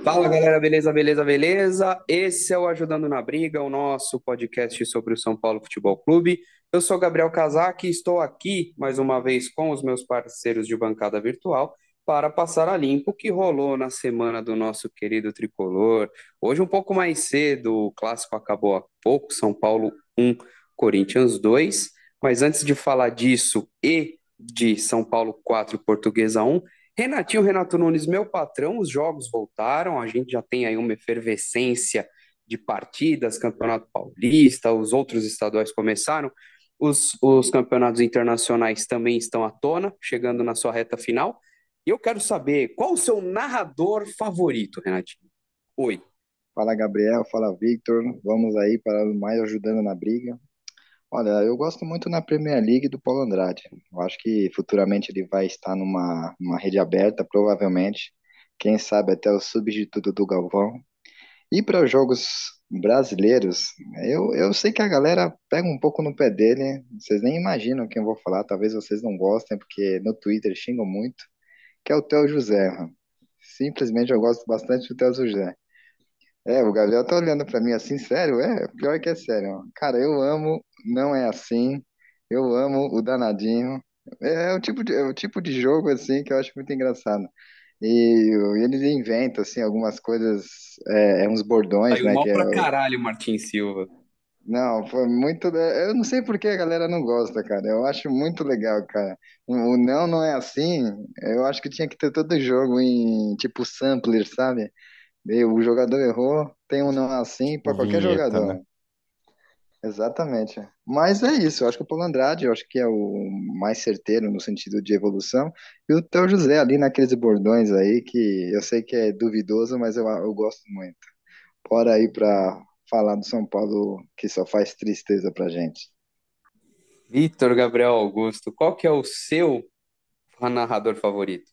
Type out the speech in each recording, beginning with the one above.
Fala galera, beleza, beleza, beleza? Esse é o Ajudando na Briga, o nosso podcast sobre o São Paulo Futebol Clube. Eu sou Gabriel Casac e estou aqui mais uma vez com os meus parceiros de bancada virtual para passar a limpo o que rolou na semana do nosso querido tricolor. Hoje, um pouco mais cedo, o clássico acabou há pouco, São Paulo 1, Corinthians 2. Mas antes de falar disso e de São Paulo 4, Portuguesa 1, Renatinho, Renato Nunes, meu patrão, os jogos voltaram, a gente já tem aí uma efervescência de partidas, Campeonato Paulista, os outros estaduais começaram, os campeonatos internacionais também estão à tona, chegando na sua reta final. E eu quero saber, qual o seu narrador favorito, Renatinho? Oi. Fala Gabriel, fala Victor, vamos aí para mais ajudando na briga. Olha, eu gosto muito na Premier League do Paulo Andrade. Eu acho que futuramente ele vai estar numa rede aberta, provavelmente. Quem sabe até o substituto do Galvão. E para os jogos brasileiros, eu sei que a galera pega um pouco no pé dele. Vocês nem imaginam quem eu vou falar, talvez vocês não gostem, porque no Twitter xingam muito, que é o Theo José. Simplesmente eu gosto bastante do Theo José. O Gabriel tá olhando pra mim assim, sério? Pior que é sério. Cara, eu amo, não é assim. Eu amo o danadinho. É o tipo de jogo assim que eu acho muito engraçado. E eles inventam assim algumas coisas, uns bordões, Saiu né? mal pra caralho, Martin Silva. Não, foi muito. Eu não sei por que a galera não gosta, cara. Eu acho muito legal, cara. O não é assim. Eu acho que tinha que ter todo jogo em tipo sampler, sabe? O jogador errou, tem um não assim Tipo para qualquer vinheta, jogador. né? Exatamente. Mas é isso, eu acho que o Paulo Andrade, eu acho que é o mais certeiro no sentido de evolução, e o Theo José ali naqueles bordões aí, que eu sei que é duvidoso, mas eu gosto muito. Bora aí para falar do São Paulo, que só faz tristeza pra gente. Vitor Gabriel Augusto, qual que é o seu narrador favorito?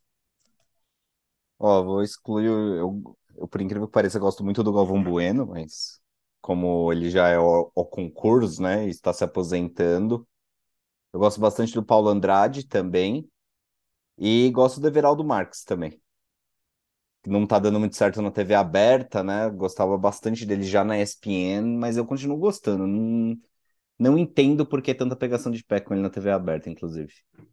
Ó, vou excluir. Por incrível que pareça, eu gosto muito do Galvão Bueno, mas como ele já é o concurso, né? E está se aposentando. Eu gosto bastante do Paulo Andrade também. E gosto do Everaldo Marques também. Que não tá dando muito certo na TV aberta, né? Gostava bastante dele já na ESPN, mas eu continuo gostando. Não entendo por que tanta pegação de pé com ele na TV aberta, inclusive.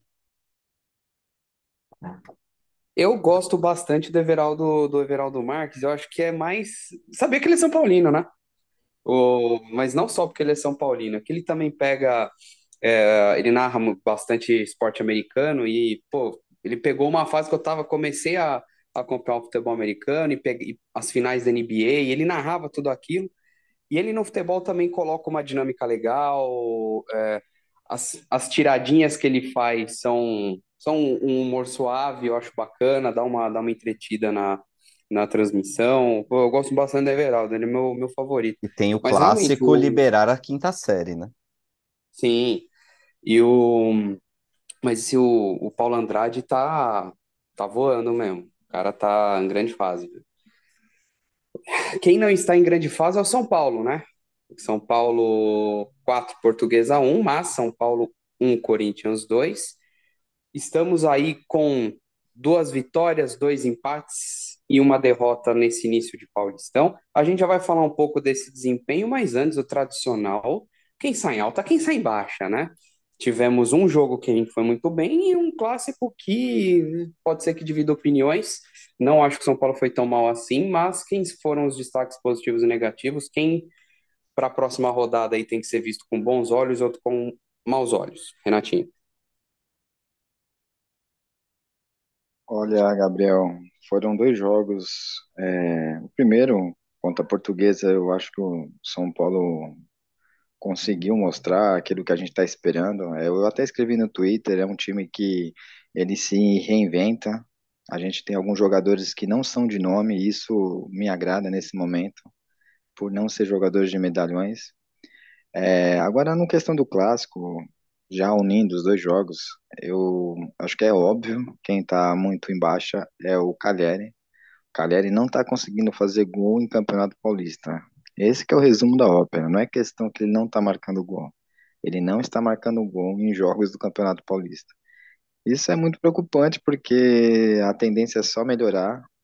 Eu gosto bastante do Everaldo Marques, eu acho que é mais. Sabia que ele é São Paulino, né? Mas não só porque ele é São Paulino, é que ele também pega. Ele narra bastante esporte americano e, pô, ele pegou uma fase que comecei a acompanhar o futebol americano e as finais da NBA, e ele narrava tudo aquilo. E ele no futebol também coloca uma dinâmica legal. As tiradinhas que ele faz são um humor suave, eu acho bacana, dá uma entretida na transmissão. Pô, eu gosto bastante do Everaldo, ele é meu favorito. E tem o Mas realmente, clássico liberar a quinta série, né? sim, e mas esse, o Paulo Andrade tá voando mesmo. O cara tá em grande fase. Quem não está em grande fase é o São Paulo, né? São Paulo 4, Portuguesa 1, mas São Paulo 1, Corinthians 2. Estamos aí com duas vitórias, dois empates e uma derrota nesse início de Paulistão. A gente já vai falar um pouco desse desempenho, mas antes o tradicional, quem sai em alta, quem sai em baixa, né? Tivemos um jogo que a gente foi muito bem e um clássico que pode ser que divida opiniões. Não acho que o São Paulo foi tão mal assim, mas quem foram os destaques positivos e negativos? Quem para a próxima rodada aí tem que ser visto com bons olhos, outro com maus olhos? Renatinho. Olha, Gabriel, foram dois jogos. O primeiro, contra a Portuguesa, eu acho que o São Paulo conseguiu mostrar aquilo que a gente está esperando. Eu até escrevi no Twitter, é um time que ele se reinventa. A gente tem alguns jogadores que não são de nome, e isso me agrada nesse momento, por não ser jogadores de medalhões. Agora, no questão do clássico, já unindo os dois jogos, eu acho que é óbvio, quem está muito em baixa é o Cagliari. O Cagliari não está conseguindo fazer gol em Campeonato Paulista. Esse que é o resumo da ópera, não é questão que ele não está marcando gol. Ele não está marcando gol em jogos do Campeonato Paulista. Isso é muito preocupante porque a tendência é só melhorar.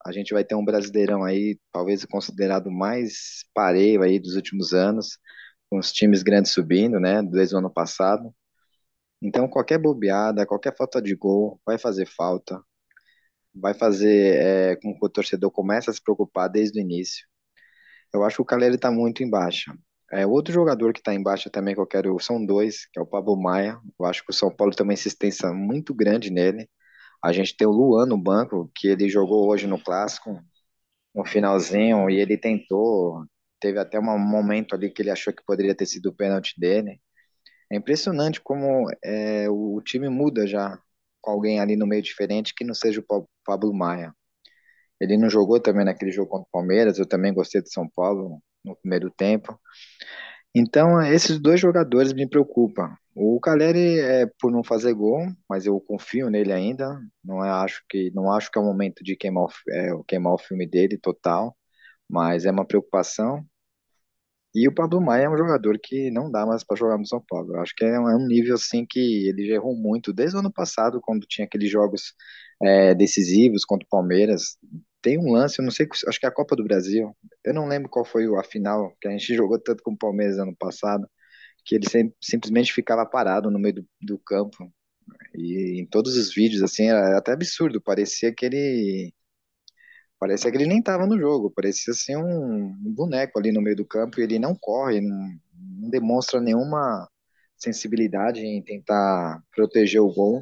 A gente vai ter um Brasileirão aí, talvez considerado mais pareio aí dos últimos anos, com os times grandes subindo, né, desde o ano passado. Então, qualquer bobeada, qualquer falta de gol vai fazer falta, vai fazer com que o torcedor comece a se preocupar desde o início. Eu acho que o Caleri está muito em baixa. Outro jogador que está em baixa também que eu quero, são dois, que é o Pablo Maia. Eu acho que o São Paulo tem uma insistência muito grande nele. A gente tem o Luan no banco, que ele jogou hoje no Clássico, no finalzinho, e ele tentou, teve até um momento ali que ele achou que poderia ter sido o pênalti dele. É impressionante como o time muda já com alguém ali no meio diferente que não seja o Pablo Maia. Ele não jogou também naquele jogo contra o Palmeiras, eu também gostei do São Paulo no primeiro tempo. Então, esses dois jogadores me preocupam. O Caleri é por não fazer gol, mas eu confio nele ainda. Não acho que é o momento de queimar o filme dele total, mas é uma preocupação. E o Pablo Maia é um jogador que não dá mais para jogar no São Paulo. Eu acho que é um nível assim que ele já errou muito desde o ano passado, quando tinha aqueles jogos decisivos contra o Palmeiras. Tem um lance, eu não sei, acho que é a Copa do Brasil. Eu não lembro qual foi a final que a gente jogou tanto com o Palmeiras ano passado, que ele simplesmente ficava parado no meio do campo. E em todos os vídeos, assim, era até absurdo. Parecia que ele nem estava no jogo, parecia assim um boneco ali no meio do campo e ele não corre, não demonstra nenhuma sensibilidade em tentar proteger o gol.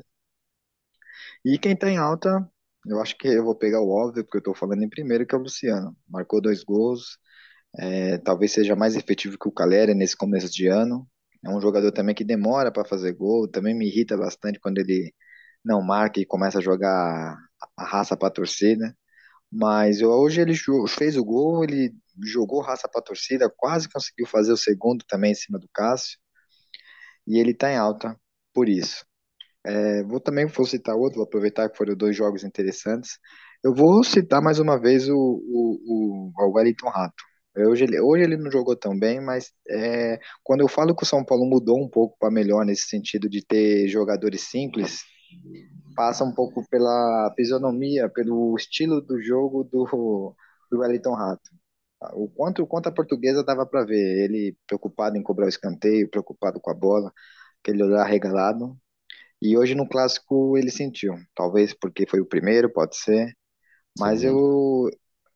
E quem está em alta, eu acho que eu vou pegar o óbvio, porque eu estou falando em primeiro, que é o Luciano. Marcou 2 gols, talvez seja mais efetivo que o Calera nesse começo de ano. É um jogador também que demora para fazer gol, também me irrita bastante quando ele não marca e começa a jogar a raça para a torcida. Mas hoje ele fez o gol, ele jogou raça para a torcida, quase conseguiu fazer o segundo também em cima do Cássio, e ele está em alta por isso. Vou citar outro, vou aproveitar que foram dois jogos interessantes. Eu vou citar mais uma vez o Wellington Rato. Hoje ele não jogou tão bem, mas quando eu falo que o São Paulo mudou um pouco para melhor nesse sentido de ter jogadores simples, passa um pouco pela fisionomia, pelo estilo do jogo do Wellington Rato. O quanto a Portuguesa dava para ver, ele preocupado em cobrar o escanteio, preocupado com a bola, aquele olhar regalado. E hoje no clássico ele sentiu, talvez porque foi o primeiro, pode ser, mas Segundo. eu.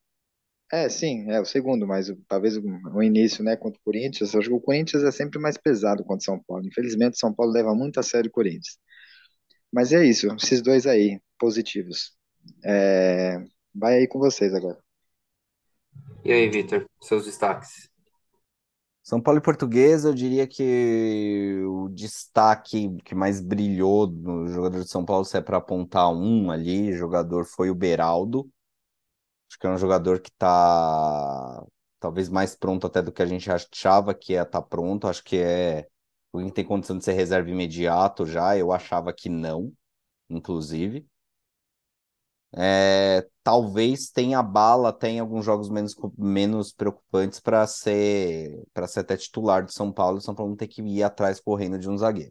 Sim, é o segundo, mas talvez o início, né, contra o Corinthians. Eu acho que o Corinthians é sempre mais pesado contra o São Paulo. Infelizmente, o São Paulo leva muito a sério o Corinthians. Mas é isso, esses dois aí, positivos. É, Vai aí com vocês agora. E aí, Vitor, seus destaques? São Paulo e Portuguesa, eu diria que o destaque que mais brilhou no jogador de São Paulo, se é para apontar um ali, jogador foi o Beraldo. Acho que é um jogador que está talvez mais pronto até do que a gente achava que ia estar pronto. Acho que alguém tem condição de ser reserva imediato já. Eu achava que não, inclusive. Talvez tenha bala, tenha alguns jogos menos preocupantes para ser até titular de São Paulo. São Paulo não tem que ir atrás correndo de um zagueiro.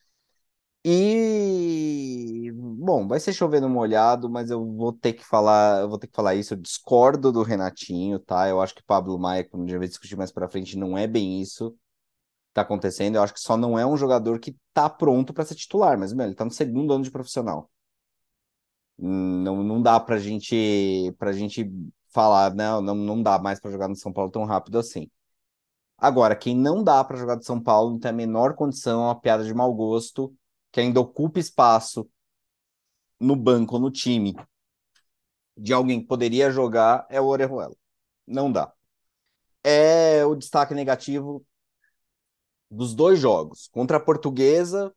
E bom, vai ser chovendo molhado, mas eu vou ter que falar isso. Eu discordo do Renatinho, tá? Eu acho que Pablo Maia, como a gente vai discutir mais pra frente, não é bem isso que tá acontecendo. Eu acho que só não é um jogador que tá pronto para ser titular, mas meu, ele tá no segundo ano de profissional. Não, não dá pra gente falar, não, não, não dá mais pra jogar no São Paulo tão rápido assim. Agora, quem não dá pra jogar do São Paulo, não tem a menor condição, é uma piada de mau gosto, que ainda ocupa espaço no banco, no time, de alguém que poderia jogar, é o Orejuela. Não dá. É o destaque negativo dos dois jogos. Contra a Portuguesa,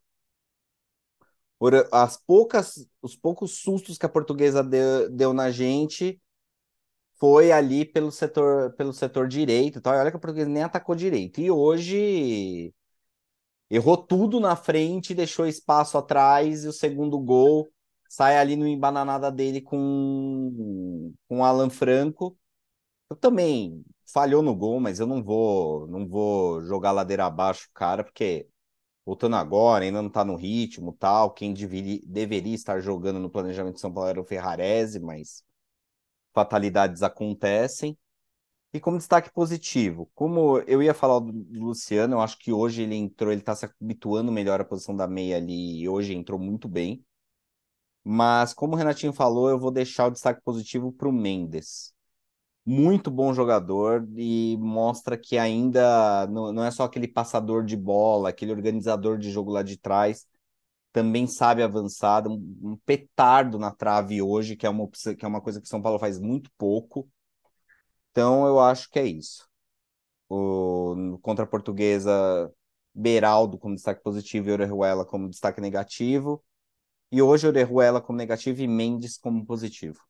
os poucos sustos que a Portuguesa deu na gente foi ali pelo setor direito e tal. E olha que a Portuguesa nem atacou direito. E hoje errou tudo na frente, deixou espaço atrás e o segundo gol sai ali no embananada dele com o Alan Franco. Eu também falhou no gol, mas eu não vou jogar ladeira abaixo o cara, porque voltando agora, ainda não tá no ritmo, tal. Quem deveria estar jogando no planejamento de São Paulo era o Ferrarese, mas fatalidades acontecem. E como destaque positivo, como eu ia falar do Luciano, eu acho que hoje ele entrou, ele está se habituando melhor à posição da meia ali, e hoje entrou muito bem. Mas como o Renatinho falou, eu vou deixar o destaque positivo para o Mendes. Muito bom jogador e mostra que ainda não é só aquele passador de bola, aquele organizador de jogo lá de trás, também sabe avançar, um petardo na trave hoje, que é uma coisa que o São Paulo faz muito pouco. Então eu acho que é isso. Contra a Portuguesa, Beraldo como destaque positivo e Orejuela como destaque negativo. E hoje Orejuela como negativo e Mendes como positivo.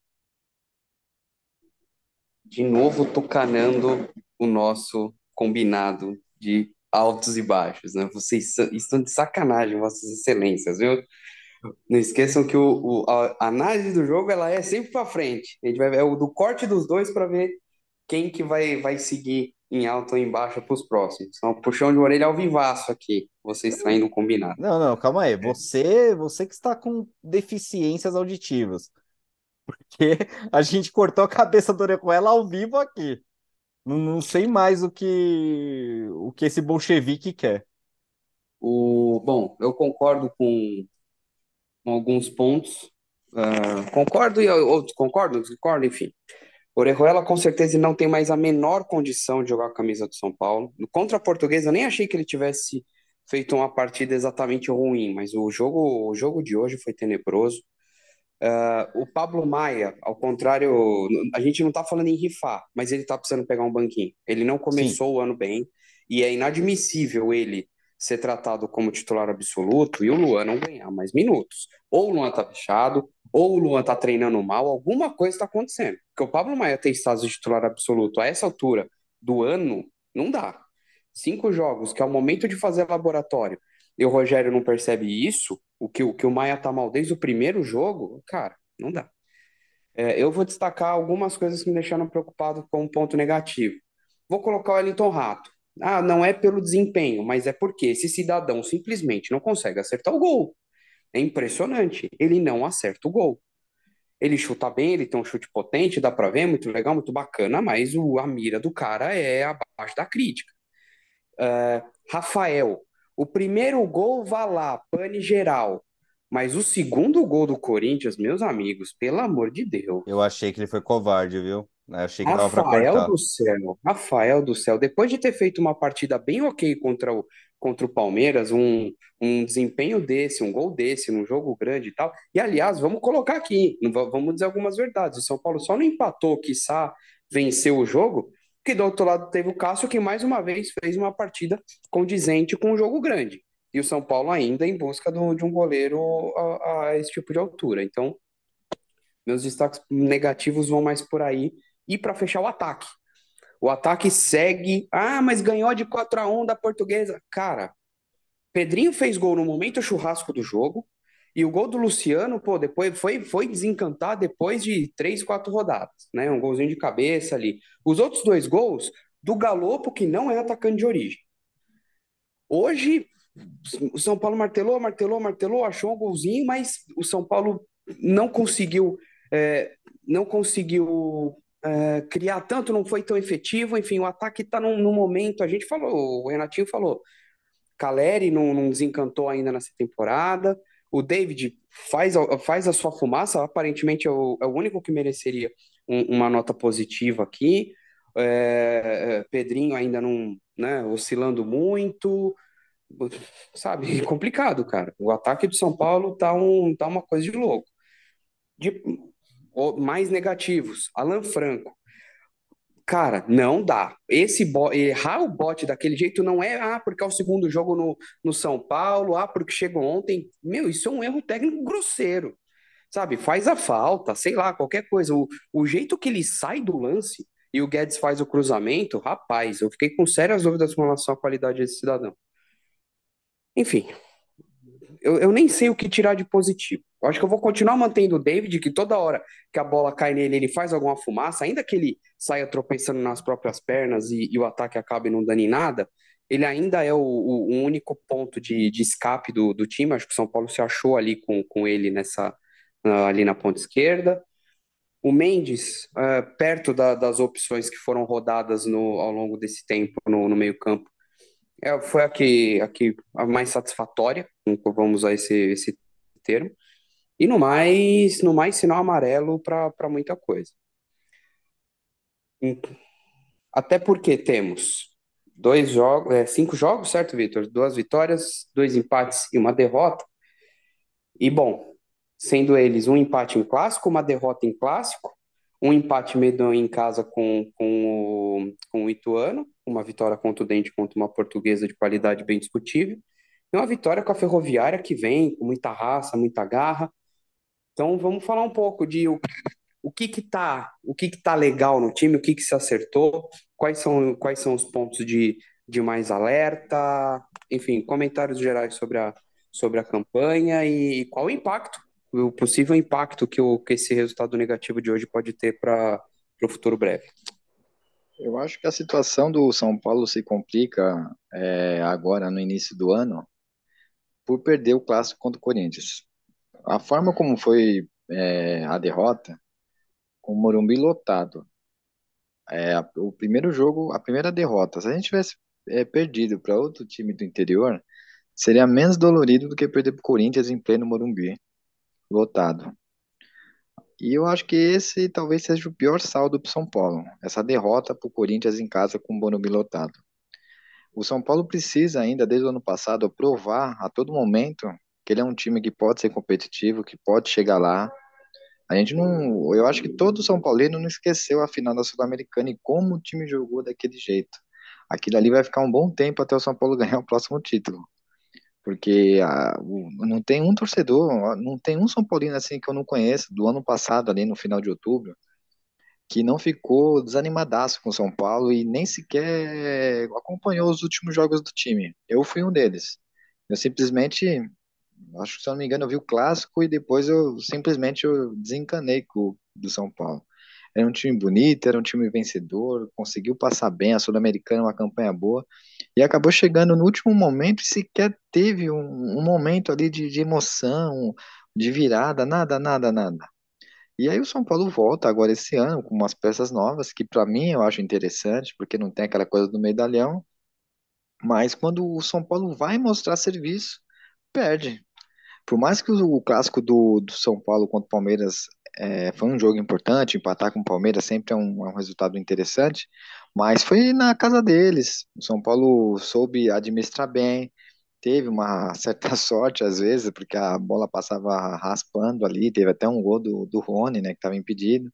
De novo, tucanando o nosso combinado de altos e baixos, né? Vocês estão de sacanagem, Vossas Excelências, viu? Não esqueçam que a análise do jogo ela é sempre para frente. A gente vai ver o do corte dos dois para ver quem que vai seguir em alto ou em baixo para os próximos. Então, puxão de orelha ao vivaço aqui, vocês traindo o combinado. Não, não, calma aí. Você que está com deficiências auditivas. Porque a gente cortou a cabeça do Orejuela ao vivo aqui. Não sei mais o que esse bolchevique quer. Bom, eu concordo com alguns pontos. Concordo e outros concordo, discordo, enfim. Orejuela com certeza não tem mais a menor condição de jogar com a camisa do São Paulo. Contra a Portuguesa, eu nem achei que ele tivesse feito uma partida exatamente ruim, mas o jogo de hoje foi tenebroso. O Pablo Maia, ao contrário, a gente não está falando em rifar, mas ele está precisando pegar um banquinho. Ele não Sim, começou o ano bem e é inadmissível ele ser tratado como titular absoluto e o Luan não ganhar mais minutos. Ou o Luan tá fechado, ou o Luan tá treinando mal, alguma coisa está acontecendo. Porque o Pablo Maia ter status de titular absoluto a essa altura do ano, não dá. 5 jogos, que é o momento de fazer laboratório, e o Rogério não percebe isso, o que o Maia tá mal desde o primeiro jogo, cara, não dá. Eu vou destacar algumas coisas que me deixaram preocupado com um ponto negativo. Vou colocar o Wellington Rato. Ah, não é pelo desempenho, mas é porque esse cidadão simplesmente não consegue acertar o gol. É impressionante. Ele não acerta o gol. Ele chuta bem, ele tem um chute potente, dá pra ver, muito legal, muito bacana, mas a mira do cara é abaixo da crítica. Rafael, o primeiro gol vá lá, pane geral. Mas o segundo gol do Corinthians, meus amigos, pelo amor de eu Deus. achei que ele foi covarde, viu? Eu achei que dava para cortar. Rafael do céu, depois de ter feito uma partida bem ok contra o Palmeiras, um desempenho desse, um gol desse, num jogo grande e tal. E aliás, vamos colocar aqui, vamos dizer algumas verdades. O São Paulo só não empatou, quiçá venceu o jogo, porque do outro lado teve o Cássio, que mais uma vez fez uma partida condizente com um jogo grande. E o São Paulo ainda em busca de um goleiro a esse tipo de altura. Então, meus destaques negativos vão mais por aí. E para fechar o ataque. O ataque segue. Ah, mas ganhou de 4-1 da Portuguesa. Cara, Pedrinho fez gol no momento churrasco do jogo. E o gol do Luciano, pô, depois foi desencantar depois de 3, 4 rodadas, né? Um golzinho de cabeça ali. Os outros 2 gols do Galopo, que não é atacante de origem. Hoje, o São Paulo martelou, martelou, martelou, achou um golzinho, mas o São Paulo não conseguiu, é, não conseguiu criar tanto, não foi tão efetivo. Enfim, o ataque está num momento. A gente falou, o Renatinho falou, Caleri não desencantou ainda nessa temporada. O David faz a sua fumaça, aparentemente é o único que mereceria uma nota positiva aqui. Pedrinho ainda não, né, oscilando muito, sabe? Complicado, cara. O ataque do São Paulo tá uma coisa de louco. De, mais negativos, Alan Franco. Cara, não dá. Errar o bote daquele jeito não é, porque é o segundo jogo no São Paulo, porque chegou ontem. Meu, isso é um erro técnico grosseiro, sabe? Faz a falta, sei lá, qualquer coisa. O jeito que ele sai do lance e o Guedes faz o cruzamento, rapaz, eu fiquei com sérias dúvidas com relação à qualidade desse cidadão. Enfim, eu nem sei o que tirar de positivo. Eu acho que eu vou continuar mantendo o David, que toda hora que a bola cai nele, ele faz alguma fumaça, ainda que ele saia tropeçando nas próprias pernas e o ataque acabe não dando em nada, ele ainda é o único ponto de escape do time. Acho que o São Paulo se achou ali com ele ali na ponta esquerda. O Mendes, perto das opções que foram rodadas ao longo desse tempo no meio-campo, foi a mais satisfatória, vamos usar esse termo. E no mais sinal amarelo para muita coisa. Até porque temos 2 jogos, 5 jogos, certo, Vitor? 2 vitórias, 2 empates e uma derrota. E bom, sendo eles um empate em clássico, uma derrota em clássico, um empate medonho em casa com o Ituano, uma vitória contundente contra uma portuguesa de qualidade bem discutível, e uma vitória com a Ferroviária que vem com muita raça, muita garra. Então vamos falar um pouco de o que que tá legal no time, o que que se acertou, quais são os pontos de mais alerta, enfim, comentários gerais sobre a campanha e qual o possível impacto que esse resultado negativo de hoje pode ter para o futuro breve. Eu acho que a situação do São Paulo se complica agora no início do ano por perder o clássico contra o Corinthians. A forma como foi a derrota, com o Morumbi lotado, o primeiro jogo, a primeira derrota, se a gente tivesse perdido para outro time do interior, seria menos dolorido do que perder para o Corinthians em pleno Morumbi, lotado. E eu acho que esse talvez seja o pior saldo para o São Paulo, essa derrota para o Corinthians em casa com o Morumbi lotado. O São Paulo precisa ainda, desde o ano passado, provar a todo momento que ele é um time que pode ser competitivo, que pode chegar lá. A gente não, eu acho que todo São Paulino não esqueceu a final da Sul-Americana e como o time jogou daquele jeito. Aquilo ali vai ficar um bom tempo até o São Paulo ganhar o próximo título, porque não tem um torcedor, não tem um São Paulino assim que eu não conheço do ano passado ali no final de outubro que não ficou desanimadaço com o São Paulo e nem sequer acompanhou os últimos jogos do time. Eu fui um deles. Eu simplesmente, acho que se eu não me engano, eu vi o clássico e depois eu desencanei do São Paulo. Era um time bonito, era um time vencedor, conseguiu passar bem a Sul-Americana, uma campanha boa, e acabou chegando no último momento e sequer teve um momento ali de emoção, de virada, nada, nada, nada. E aí o São Paulo volta agora esse ano com umas peças novas, que para mim eu acho interessante, porque não tem aquela coisa do medalhão, mas quando o São Paulo vai mostrar serviço, perde. Por mais que o clássico do São Paulo contra o Palmeiras foi um jogo importante, empatar com o Palmeiras sempre é um resultado interessante, mas foi na casa deles. O São Paulo soube administrar bem, teve uma certa sorte às vezes, porque a bola passava raspando ali, teve até um gol do Rony, né, que estava impedido.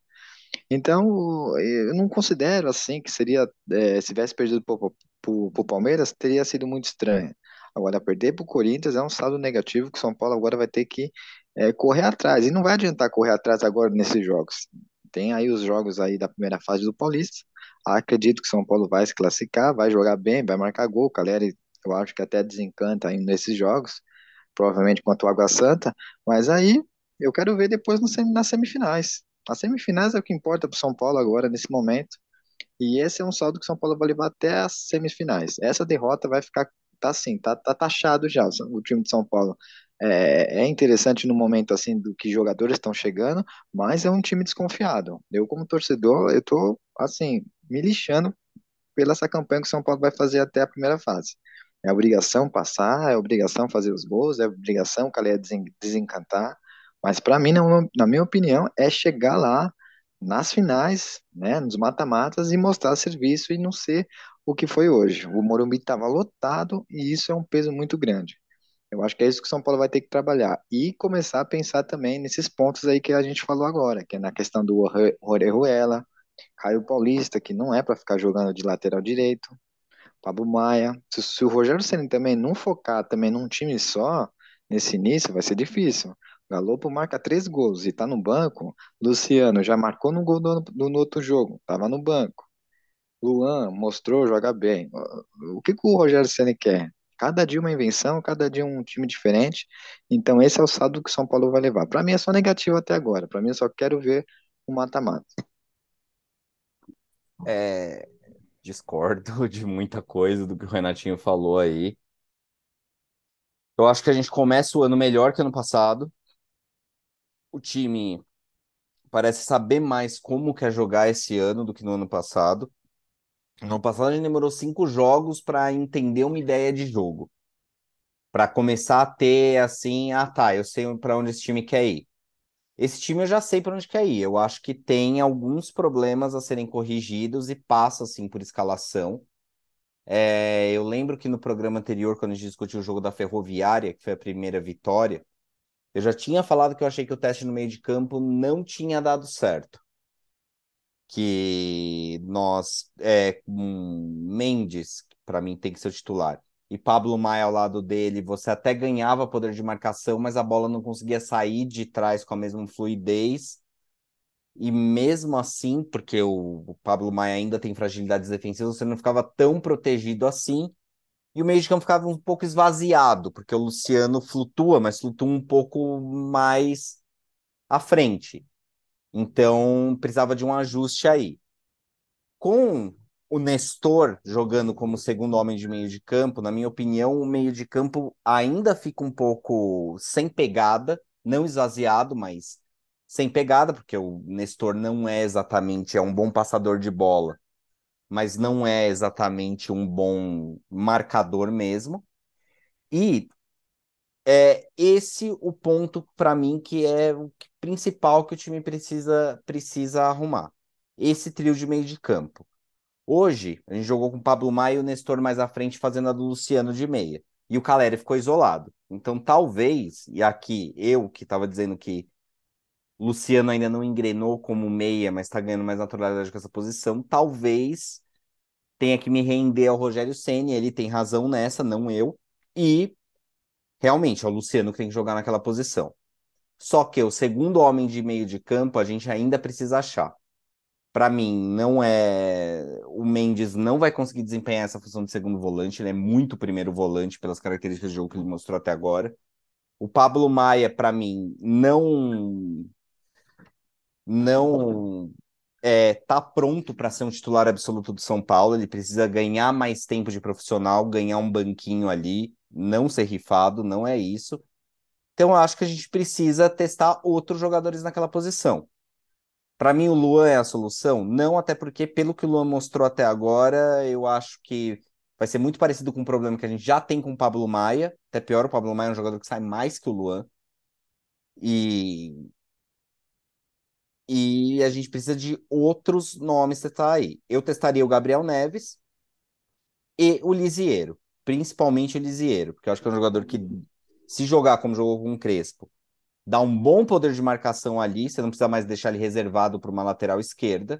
Então, eu não considero assim que seria, se tivesse perdido para o Palmeiras, teria sido muito estranho. Agora, perder para o Corinthians é um saldo negativo que o São Paulo agora vai ter que correr atrás. E não vai adiantar correr atrás agora nesses jogos. Tem aí os jogos aí da primeira fase do Paulista. Acredito que o São Paulo vai se classificar, vai jogar bem, vai marcar gol. O Caleri, eu acho que até desencanta aí nesses jogos, provavelmente contra o Água Santa. Mas aí eu quero ver depois nas semifinais. As semifinais é o que importa para o São Paulo agora, nesse momento. E esse é um saldo que o São Paulo vai levar até as semifinais. Essa derrota vai ficar, tá assim, tá taxado já. O time de São Paulo é interessante no momento assim do que jogadores estão chegando, mas é um time desconfiado. Eu, como torcedor, eu tô assim, me lixando pela essa campanha que o São Paulo vai fazer até a primeira fase. É obrigação passar, é obrigação fazer os gols, é obrigação o Calé desencantar. Mas para mim, na minha opinião, é chegar lá nas finais, né, nos mata-matas e mostrar serviço e não ser o que foi hoje. O Morumbi estava lotado e isso é um peso muito grande. Eu acho que é isso que o São Paulo vai ter que trabalhar e começar a pensar também nesses pontos aí que a gente falou agora, que é na questão do Orejuela, Caio Paulista, que não é para ficar jogando de lateral direito, Pablo Maia. Se o Rogério Ceni também não focar também num time só, nesse início, vai ser difícil. Galopo marca 3 gols e tá no banco. Luciano já marcou no gol no outro jogo, tava no banco. Luan mostrou jogar bem. O que o Rogério Ceni quer? Cada dia uma invenção, cada dia um time diferente. Então esse é o saldo que o São Paulo vai levar. Para mim é só negativo até agora. Para mim eu só quero ver o mata-mata. É, discordo de muita coisa do que o Renatinho falou aí. Eu acho que a gente começa o ano melhor que ano passado. O time parece saber mais como quer jogar esse ano do que no ano passado. No ano passado a gente demorou 5 jogos para entender uma ideia de jogo, para começar a ter assim, tá, eu sei para onde esse time quer ir. Esse time eu já sei para onde quer ir. Eu acho que tem alguns problemas a serem corrigidos e passa assim por escalação. Eu lembro que no programa anterior, quando a gente discutiu o jogo da Ferroviária, que foi a primeira vitória, eu já tinha falado que eu achei que o teste no meio de campo não tinha dado certo. Que nós, com Mendes, que para mim tem que ser o titular, e Pablo Maia ao lado dele, você até ganhava poder de marcação, mas a bola não conseguia sair de trás com a mesma fluidez. E mesmo assim, porque o Pablo Maia ainda tem fragilidades defensivas, você não ficava tão protegido assim. E o meio de campo ficava um pouco esvaziado, porque o Luciano flutua, mas flutua um pouco mais à frente. Então, precisava de um ajuste aí. Com o Nestor jogando como segundo homem de meio de campo, na minha opinião, o meio de campo ainda fica um pouco sem pegada, não esvaziado, mas sem pegada, porque o Nestor não é exatamente, é um bom passador de bola, mas não é exatamente um bom marcador mesmo. E é esse o ponto para mim que é o principal que o time precisa arrumar. Esse trio de meio de campo. Hoje, a gente jogou com o Pablo Maia e o Nestor mais à frente fazendo a do Luciano de meia. E o Caleri ficou isolado. Então, talvez, e aqui eu que estava dizendo que o Luciano ainda não engrenou como meia, mas está ganhando mais naturalidade com essa posição, talvez tenha que me render ao Rogério Ceni. Ele tem razão nessa, não eu. E realmente é o Luciano que tem que jogar naquela posição. Só que o segundo homem de meio de campo a gente ainda precisa achar. Para mim, não é. O Mendes não vai conseguir desempenhar essa função de segundo volante, ele é muito primeiro volante pelas características de jogo que ele mostrou até agora. O Pablo Maia, para mim, não tá pronto para ser um titular absoluto do São Paulo. Ele precisa ganhar mais tempo de profissional, ganhar um banquinho ali, não ser rifado, não é isso. Então, eu acho que a gente precisa testar outros jogadores naquela posição. Para mim, o Luan é a solução? Não, até porque, pelo que o Luan mostrou até agora, eu acho que vai ser muito parecido com o problema que a gente já tem com o Pablo Maia. Até pior, o Pablo Maia é um jogador que sai mais que o Luan. E, e a gente precisa de outros nomes testar aí. Eu testaria o Gabriel Neves e o Lisieiro. Principalmente o Lisieiro, porque eu acho que é um jogador que, se jogar como jogou com o Crespo, dá um bom poder de marcação ali, você não precisa mais deixar ele reservado para uma lateral esquerda.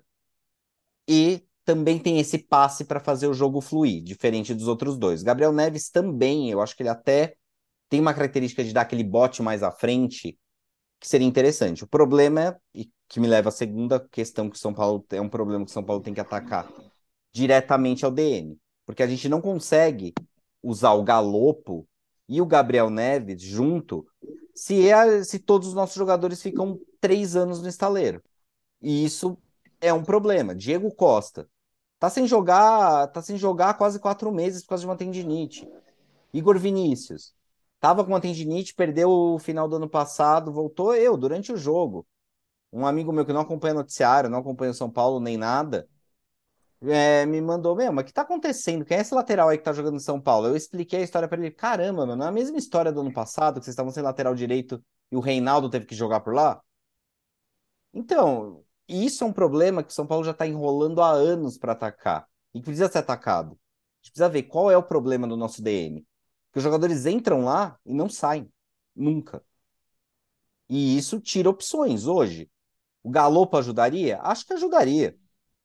E também tem esse passe para fazer o jogo fluir, diferente dos outros dois. Gabriel Neves também, eu acho que ele até tem uma característica de dar aquele bote mais à frente, que seria interessante. O problema é, e que me leva à segunda questão que o São Paulo é um problema que o São Paulo tem que atacar diretamente ao DN, porque a gente não consegue usar o Galopo e o Gabriel Neves junto se todos os nossos jogadores ficam 3 anos no estaleiro. E isso é um problema. Diego Costa tá sem jogar há quase 4 meses por causa de uma tendinite. Igor Vinícius tava com uma tendinite, perdeu o final do ano passado, voltou durante o jogo. Um amigo meu que não acompanha noticiário, não acompanha o São Paulo nem nada, me mandou, mas o que tá acontecendo? Quem é esse lateral aí que tá jogando em São Paulo? Eu expliquei a história pra ele. Caramba, mano, não é a mesma história do ano passado, que vocês estavam sem lateral direito e o Reinaldo teve que jogar por lá? Então, isso é um problema que o São Paulo já está enrolando há anos para atacar e que precisa ser atacado. A gente precisa ver qual é o problema do nosso DM. Que os jogadores entram lá e não saem. Nunca. E isso tira opções hoje. O Galopo ajudaria? Acho que ajudaria.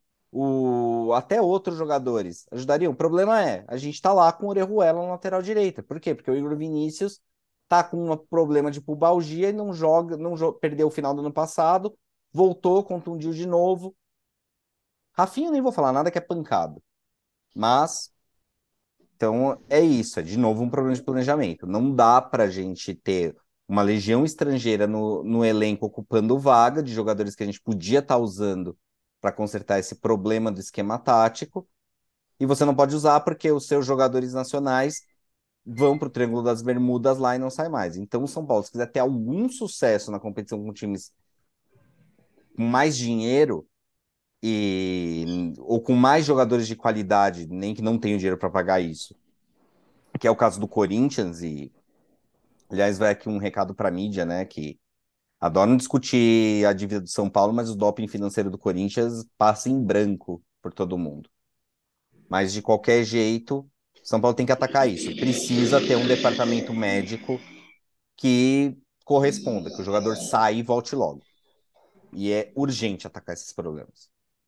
Até outros jogadores ajudariam. O problema é, a gente está lá com o Orejuela na lateral direita. Por quê? Porque o Igor Vinícius tá com um problema de pubalgia e não joga, perdeu o final do ano passado, voltou, contundiu de novo. Rafinha, eu nem vou falar nada que é pancada. Mas, então, é isso. É de novo um problema de planejamento. Não dá pra gente ter uma legião estrangeira no elenco ocupando vaga de jogadores que a gente podia estar usando para consertar esse problema do esquema tático. E você não pode usar porque os seus jogadores nacionais vão para o Triângulo das Bermudas lá e não sai mais. Então, o São Paulo, se quiser ter algum sucesso na competição com times com mais dinheiro ou com mais jogadores de qualidade, nem que não tenham dinheiro para pagar isso, que é o caso do Corinthians, e aliás vai aqui um recado para a mídia, né, que adoram discutir a dívida do São Paulo, mas o doping financeiro do Corinthians passa em branco por todo mundo. Mas de qualquer jeito, São Paulo tem que atacar isso. Precisa ter um departamento médico que corresponda, que o jogador saia e volte logo. E é urgente atacar esses problemas.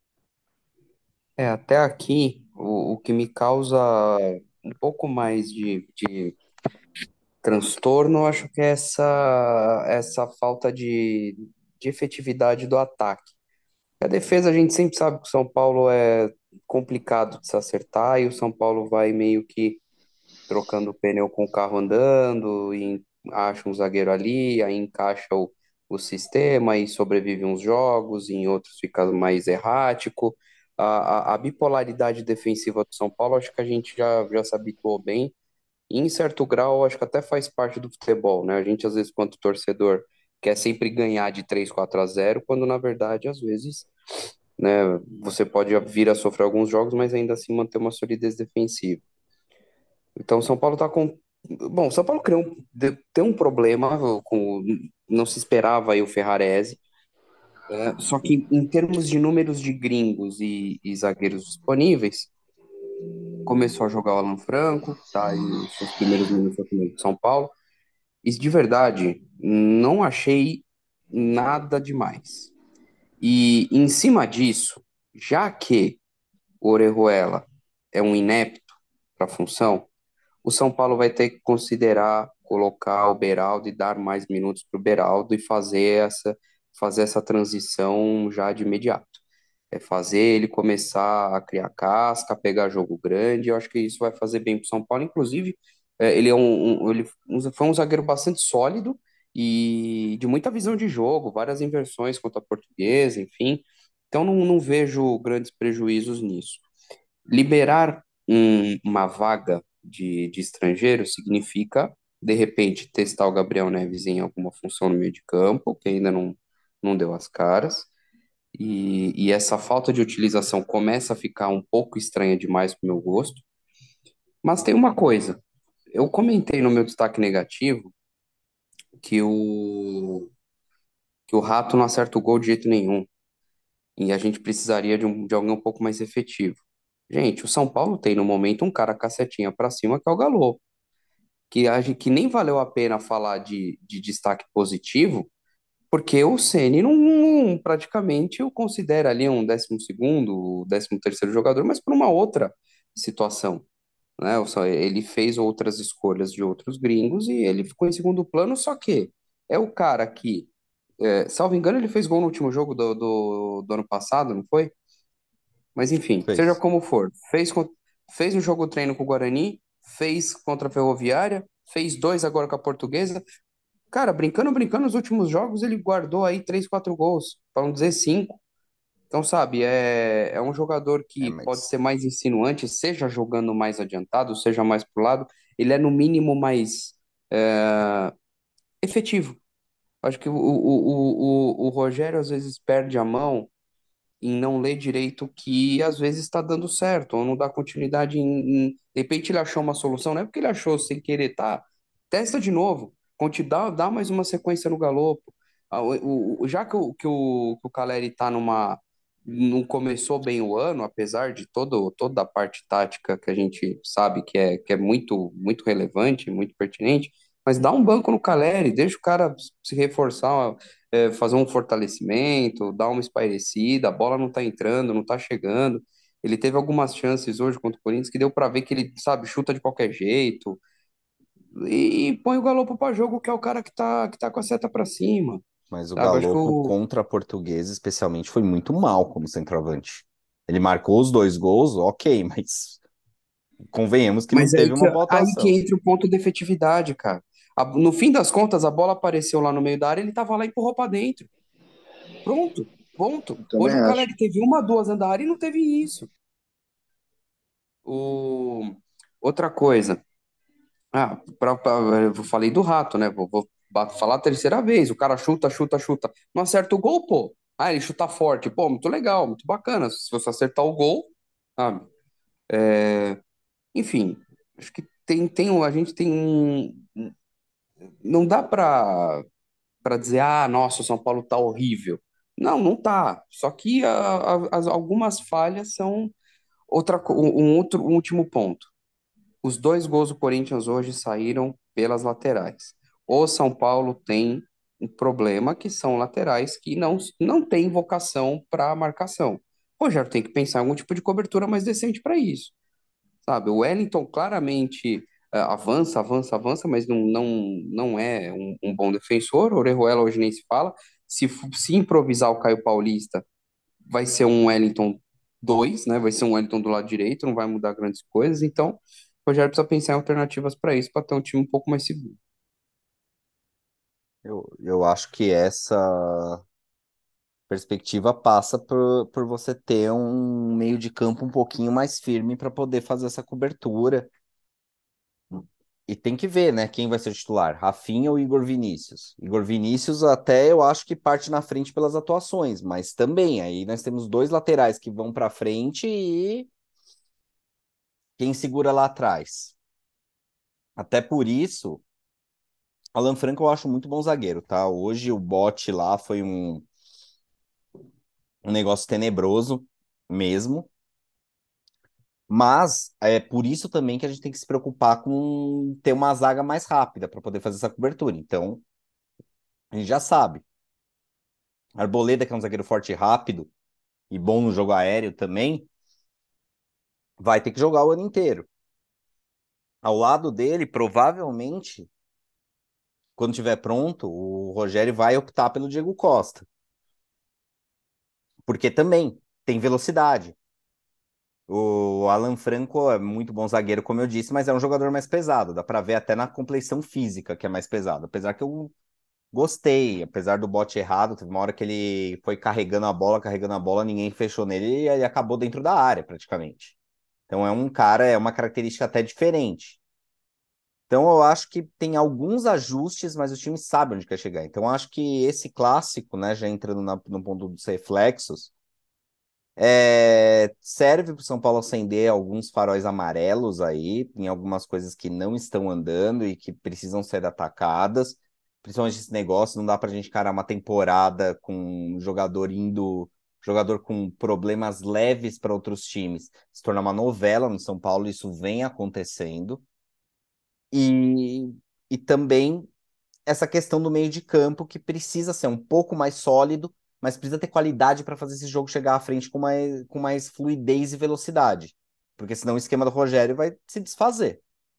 Até aqui, o que me causa um pouco mais de transtorno, eu acho que é essa falta de efetividade do ataque. A defesa, a gente sempre sabe que o São Paulo é complicado de se acertar e o São Paulo vai meio que trocando o pneu com o carro andando, e acha um zagueiro ali, aí encaixa o sistema e sobrevive uns jogos, e em outros fica mais errático. A bipolaridade defensiva do São Paulo, acho que a gente já se habituou bem, e em certo grau, acho que até faz parte do futebol, né? A gente, às vezes, quanto torcedor, quer sempre ganhar de 3-4-0 quando na verdade, às vezes, né, você pode vir a sofrer alguns jogos, mas ainda assim manter uma solidez defensiva. Então, o São Paulo tá com. Bom, o São Paulo tem um problema com. Não se esperava aí o Ferrarese, só que em termos de números de gringos e zagueiros disponíveis, começou a jogar o Alan Franco, tá aí os seus primeiros minutos aqui no São Paulo, e de verdade, não achei nada demais. E em cima disso, já que o Orejuela é um inepto para a função, o São Paulo vai ter que considerar colocar o Beraldo e dar mais minutos para o Beraldo e fazer essa transição já de imediato. É fazer ele começar a criar casca, pegar jogo grande. Eu acho que isso vai fazer bem para o São Paulo. Inclusive, ele foi um zagueiro bastante sólido e de muita visão de jogo, várias inversões contra a Portuguesa, enfim. Então, não vejo grandes prejuízos nisso. Liberar uma vaga de estrangeiro significa, de repente, testar o Gabriel Neves em alguma função no meio de campo, que ainda não deu as caras. E essa falta de utilização começa a ficar um pouco estranha demais para o meu gosto. Mas tem uma coisa, eu comentei no meu destaque negativo que que o Rato não acerta o gol de jeito nenhum. E a gente precisaria de alguém um pouco mais efetivo. Gente, o São Paulo tem no momento um cara cacetinha para cima que é o Galo, que nem valeu a pena falar de destaque positivo, porque o Ceni praticamente o considera ali um 12º, 13º jogador, mas por uma outra situação, né? Ele fez outras escolhas de outros gringos e ele ficou em segundo plano, só que é o cara que, salvo engano, ele fez gol no último jogo do ano passado, não foi? Mas enfim, seja Fez. como for, fez um jogo treino com o Guarani, fez contra a Ferroviária, fez dois agora com a Portuguesa. Cara, brincando, nos últimos jogos ele guardou aí 3, 4 gols, para não dizer 5. Então, sabe, é um jogador É, que pode mas, ser mais insinuante, seja jogando mais adiantado, seja mais pro lado, ele é no mínimo mais efetivo. Acho que o Rogério às vezes perde a mão em não ler direito o que às vezes está dando certo, ou não dá continuidade de repente ele achou uma solução, não é porque ele achou sem querer, tá? Testa de novo, dá mais uma sequência no galopo. Já que o Caleri tá não começou bem o ano, apesar de toda a parte tática que a gente sabe que é muito relevante, muito pertinente, mas dá um banco no Caleri, deixa o cara se reforçar, fazer um fortalecimento, dar uma espairecida, a bola não tá entrando, não tá chegando. Ele teve algumas chances hoje contra o Corinthians que deu para ver que ele, sabe, chuta de qualquer jeito e põe o Galopo para jogo, que é o cara que tá com a seta para cima, mas o sabe? Acho que Galopo contra a Portuguesa, especialmente, foi muito mal como centroavante. Ele marcou os dois gols, ok, mas convenhamos que não mas teve uma boa aí que atuação. entra o ponto de efetividade, cara. No fim das contas, a bola apareceu lá no meio da área, ele tava lá e empurrou para dentro. Pronto, ponto. Eu também Hoje o acho. Caleri teve uma, duas andares e não teve isso. O... Outra coisa. Eu falei do Rato, né? Vou falar a terceira vez. O cara chuta. Não acerta o gol, pô. Ah, ele chuta forte. Pô, muito legal, muito bacana. Se você acertar o gol, sabe? Enfim, acho que a gente tem não dá pra dizer, ah, nossa, o São Paulo tá horrível. Não, não tá. Só que algumas falhas são um último ponto. Os dois gols do Corinthians hoje saíram pelas laterais. O São Paulo tem um problema que são laterais que não têm vocação para marcação. O Rogério tem que pensar em algum tipo de cobertura mais decente para isso, sabe? O Wellington claramente avança, avança, avança, mas não é um bom defensor. O Orejuela hoje nem se fala. Se improvisar o Caio Paulista, vai ser um Wellington 2, né? Vai ser um Wellington do lado direito, não vai mudar grandes coisas. Então, o Rogério precisa pensar em alternativas para isso, para ter um time um pouco mais seguro. Eu acho que essa perspectiva passa por você ter um meio de campo um pouquinho mais firme para poder fazer essa cobertura. E tem que ver, né, quem vai ser o titular, Rafinha ou Igor Vinícius. Igor Vinícius até eu acho que parte na frente pelas atuações, mas também aí nós temos dois laterais que vão para frente e quem segura lá atrás. Até por isso, Alan Franco eu acho muito bom zagueiro, tá? Hoje o bote lá foi um negócio tenebroso mesmo. Mas é por isso também que a gente tem que se preocupar com ter uma zaga mais rápida para poder fazer essa cobertura. Então, a gente já sabe. Arboleda, que é um zagueiro forte e rápido e bom no jogo aéreo também, vai ter que jogar o ano inteiro. Ao lado dele, provavelmente, quando estiver pronto, o Rogério vai optar pelo Diego Costa, porque também tem velocidade. O Alan Franco é muito bom zagueiro, como eu disse, mas é um jogador mais pesado. Dá para ver até na compleição física que é mais pesado. Apesar que eu gostei, apesar do bote errado, teve uma hora que ele foi carregando a bola, ninguém fechou nele e ele acabou dentro da área, praticamente. Então é um cara, é uma característica até diferente. Então eu acho que tem alguns ajustes, mas o time sabe onde quer chegar. Então eu acho que esse clássico, né, já entrando no ponto dos reflexos, serve para o São Paulo acender alguns faróis amarelos aí, em algumas coisas que não estão andando e que precisam ser atacadas. Principalmente esse negócio, não dá para a gente encarar uma temporada com um jogador com problemas leves para outros times, se tornar uma novela no São Paulo, isso vem acontecendo. E, e também essa questão do meio de campo que precisa ser um pouco mais sólido, mas precisa ter qualidade para fazer esse jogo chegar à frente com mais fluidez e velocidade. Porque senão o esquema do Rogério vai se desfazer.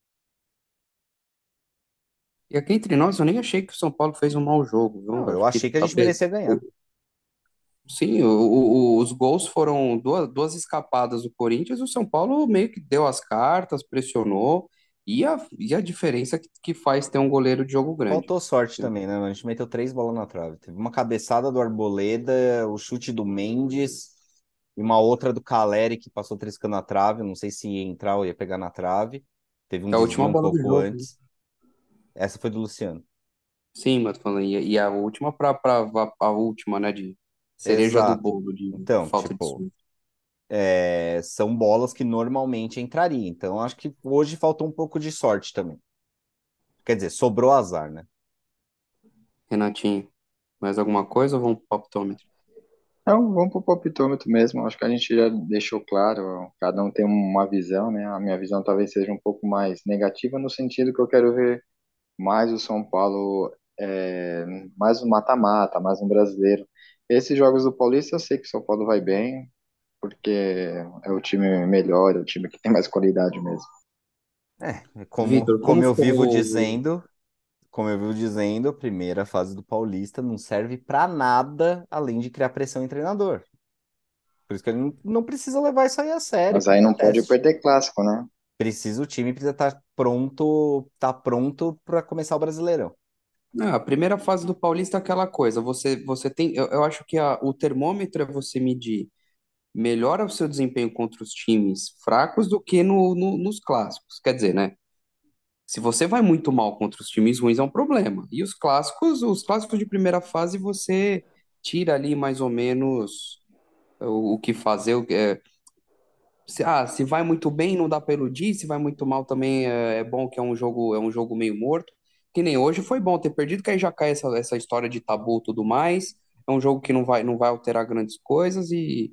E aqui entre nós, eu nem achei que o São Paulo fez um mau jogo, Não, viu? eu Acho que achei que a gente merecia ganhar. sim, os gols foram duas escapadas do Corinthians, o São Paulo meio que deu as cartas, pressionou, e a diferença que faz ter um goleiro de jogo grande. Faltou sorte também, né? A gente meteu três bolas na trave. Teve uma cabeçada do Arboleda, o chute do Mendes e uma outra do Caleri que passou triscando a trave. Não sei se ia entrar ou ia pegar na trave. Teve um É a desvio última um bola do pouco jogo, né? antes. Essa foi do Luciano. Sim, mas tô falando, e a última para a última, né, de cereja do Exato. bolo, de Então, falta de tipo, sorte. são bolas que normalmente entrariam. Então, acho que hoje faltou um pouco de sorte também. Quer dizer, sobrou azar, né? Renatinho, mais alguma coisa ou vamos pro palpitômetro? Então, vamos para o palpitômetro mesmo. Acho que a gente já deixou claro, cada um tem uma visão, né? A minha visão talvez seja um pouco mais negativa, no sentido que eu quero ver mais o São Paulo, mais um mata-mata, mais um brasileiro. Esses jogos do Paulista, eu sei que o São Paulo vai bem, porque é o time melhor, é o time que tem mais qualidade mesmo. Como, Vitor, como como eu vivo ficou? dizendo, como eu vivo dizendo, a primeira fase do Paulista não serve pra nada além de criar pressão em treinador. Por isso que ele não precisa levar isso aí a sério, Mas porque aí é não pode teste. perder clássico, né? O time precisa estar pronto para começar o Brasileirão. Não, a primeira fase do Paulista é aquela coisa. Você tem. Eu acho que o termômetro é você medir melhor o seu desempenho contra os times fracos do que nos clássicos. Quer dizer, né? Se você vai muito mal contra os times ruins, é um problema. E os clássicos de primeira fase, você tira ali mais ou menos o que fazer. Se vai muito bem, não dá para iludir. Se vai muito mal também, é bom que é um jogo meio morto. Que nem hoje foi bom ter perdido, que aí já cai essa história de tabu e tudo mais. É um jogo que não vai alterar grandes coisas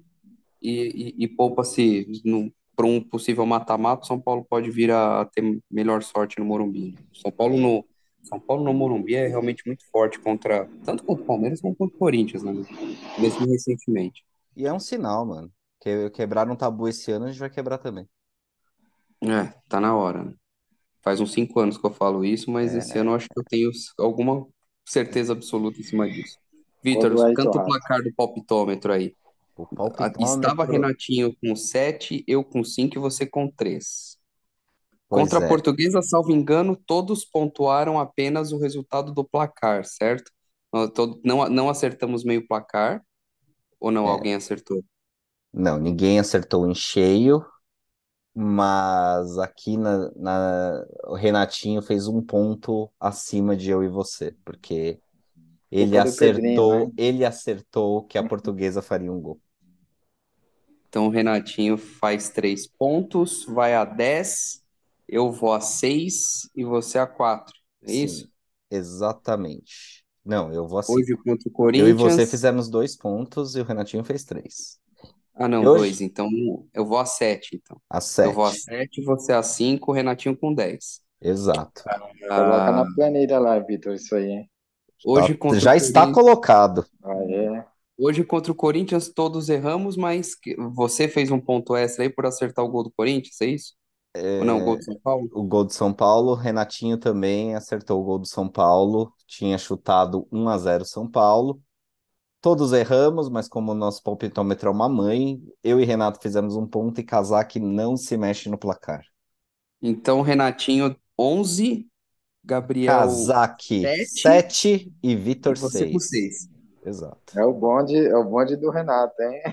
e poupa-se para um possível mata-mata. São Paulo pode vir a ter melhor sorte no Morumbi. É. São Paulo no Morumbi é realmente muito forte tanto contra o Palmeiras como contra o Corinthians, né? Mesmo recentemente. E é um sinal, mano. Quebrar um tabu esse ano, a gente vai quebrar também. Tá na hora, né? Faz uns 5 anos que eu falo isso, mas esse ano eu É, acho que eu tenho alguma certeza absoluta em cima disso. Vitor, Quando o Ayrton canta o Rato. placar do palpitômetro aí. o Estava palpitômetro. Renatinho com 7, eu com 5 e você com 3. Pois Contra a é, Portuguesa, salvo engano, todos pontuaram apenas o resultado do placar, certo? Não acertamos meio placar, ou não? é. Alguém acertou? Não, ninguém acertou em cheio, mas aqui o Renatinho fez um ponto acima de eu e você, porque Culpa do Pedrinho, né? ele acertou que a Portuguesa faria um gol. Então o Renatinho faz 3 pontos, vai a 10, eu vou a 6 e você a 4. É Sim, isso? exatamente. Não, eu vou a Hoje 5. contra o Eu e você Corinthians. fizemos 2 pontos e o Renatinho fez 3. Ah, não, E 2. hoje, Então eu vou a 7. Então. a Eu vou a 7. 7, você a 5, o Renatinho com 10. Exato. Coloca na Ah, planilha lá, Vitor, isso aí, hein? Já está colocado. Aí, Hoje contra o Corinthians todos erramos, mas você fez um ponto extra aí por acertar o gol do Corinthians, é isso? Ou não, o gol É, do São Paulo? o gol do São Paulo, Renatinho também acertou o gol do São Paulo, tinha chutado 1-0 São Paulo. Todos erramos, mas como o nosso palpitômetro é uma mãe, eu e Renato fizemos um ponto e Casaque não se mexe no placar. Então, Renatinho 11, Gabriel Casaque 7 7 e e Vitor você com 6. 6. Exato. é o bonde do Renato, hein?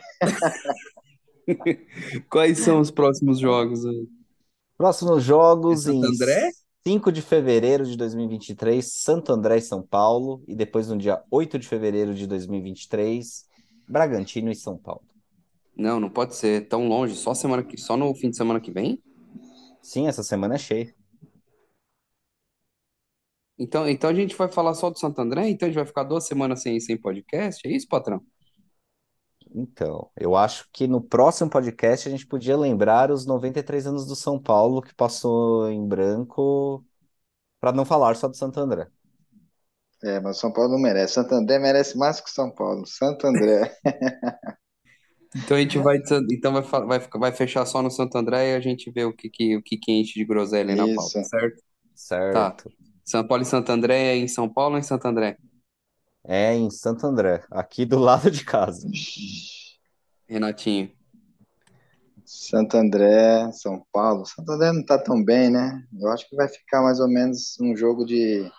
Quais são os próximos jogos aí? Próximos É jogos Santo em André? 5 de fevereiro de 2023, Santo André e São Paulo, e depois no dia 8 de fevereiro de 2023, Bragantino e São Paulo. Não, não pode ser tão longe, só no fim de semana que vem? Sim, essa semana é cheia. Então a gente vai falar só do Santo André? Então a gente vai ficar 2 semanas sem podcast? É isso, patrão? Então, eu acho que no próximo podcast a gente podia lembrar os 93 anos do São Paulo que passou em branco, para não falar só do Santo André. É, mas São Paulo não merece. Santo André merece mais que São Paulo. Santo André. Então a gente então vai fechar só no Santo André e a gente vê o que enche de groselha aí na pauta, Isso. certo? Tá. Certo. São Paulo e Santo André é em São Paulo ou em Santo André? É em Santo André, aqui do lado de casa. Renatinho. Santo André, São Paulo. Santo André não tá tão bem, né? Eu acho que vai ficar mais ou menos um jogo de.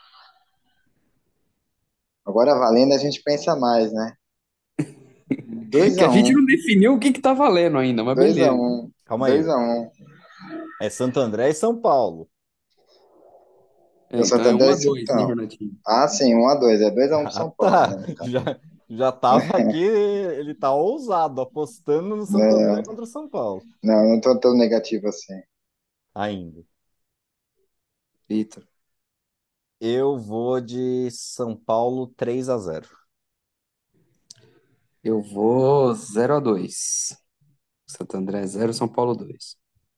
Agora valendo a gente pensa mais, né? Dois Que a a gente um, não definiu o que tá valendo ainda, mas dois a beleza. um, Calma dois aí. a um. É Santo André e São Paulo. É o Então Santo é um André a e dois, né, Santão. Renatinho? Ah, sim, 1-2. É 2-1 pro Ah, São Paulo, tá. né? Então. Já tava aqui, ele tá ousado, apostando no Santo André Não, contra o São Paulo. não tô tão negativo assim. Ainda. Vitor. Eu vou de São Paulo 3-0. Eu vou 0-2. Santo André 0, São Paulo 2.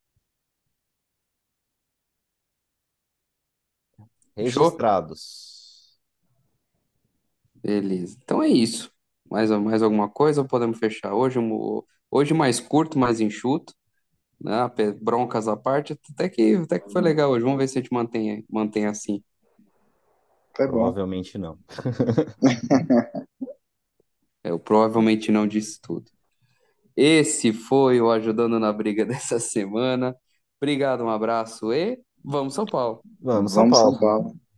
Fechou? Registrados. Beleza. Então é isso. Mais alguma coisa ou podemos fechar? Hoje mais curto, mais enxuto, né? Broncas à parte, até que foi legal hoje. Vamos ver se a gente mantém assim. Foi bom. Provavelmente não. Eu provavelmente não disse tudo. Esse foi o Ajudando na Briga dessa semana. Obrigado, um abraço e vamos São Paulo. Vamos, São Vamos, São Paulo. Paulo.